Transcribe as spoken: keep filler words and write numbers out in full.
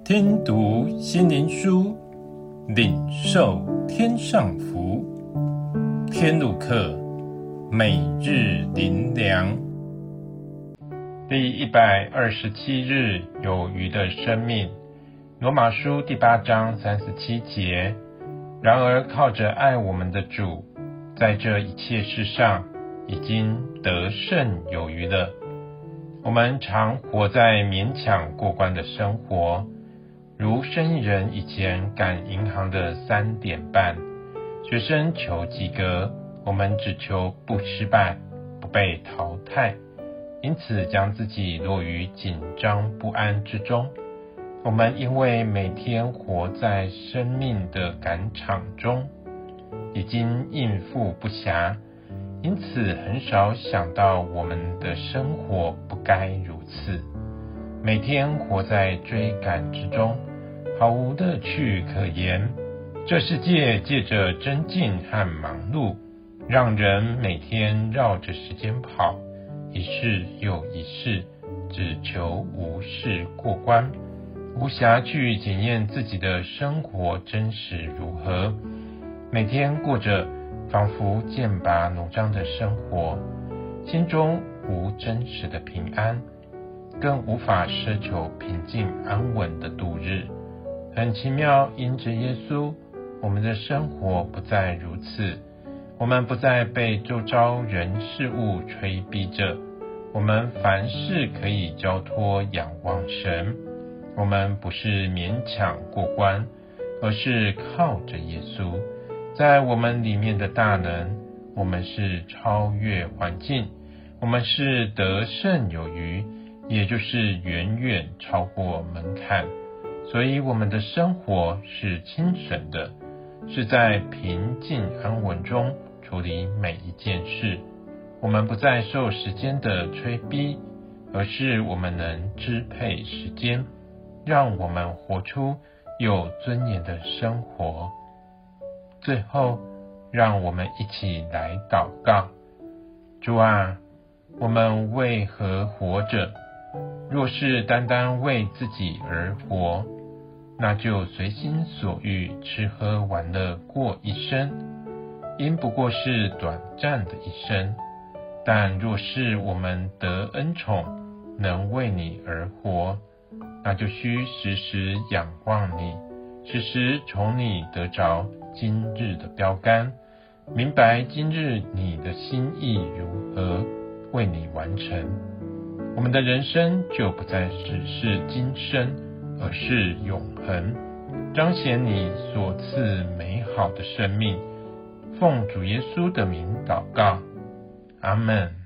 听读心灵书，领受天上福。天路客，每日灵粮。第一百二十七日，有余的生命。罗马书第八章三十七节。然而靠着爱我们的主，在这一切事上已经得胜有余了。我们常活在勉强过关的生活，如生意人以前赶银行的三点半，学生求及格，我们只求不失败，不被淘汰，因此将自己落于紧张不安之中。我们因为每天活在生命的赶场中，已经应付不暇，因此很少想到我们的生活不该如此。每天活在追赶之中，毫无乐趣可言。这世界借着增进和忙碌，让人每天绕着时间跑，一事又一事，只求无事过关，无暇去检验自己的生活真实如何。每天过着仿佛剑拔弩张的生活，心中无真实的平安，更无法奢求平静安稳的度日。很奇妙，因着耶稣，我们的生活不再如此。我们不再被周遭人事物催逼着，我们凡事可以交托仰望神。我们不是勉强过关，而是靠着耶稣在我们里面的大能。我们是超越环境，我们是得胜有余，也就是远远超过门槛。所以我们的生活是清省的，是在平静安稳中处理每一件事。我们不再受时间的催逼，而是我们能支配时间，让我们活出有尊严的生活。最后，让我们一起来祷告。主啊，我们为何活着？若是单单为自己而活，那就随心所欲，吃喝玩乐过一生，因不过是短暂的一生。但若是我们得恩宠，能为你而活，那就需时时仰望你，时时从你得着今日的标杆，明白今日你的心意如何，为你完成。我们的人生就不再只是今生，而是永恒，彰显你所赐美好的生命。奉主耶稣的名祷告，阿们。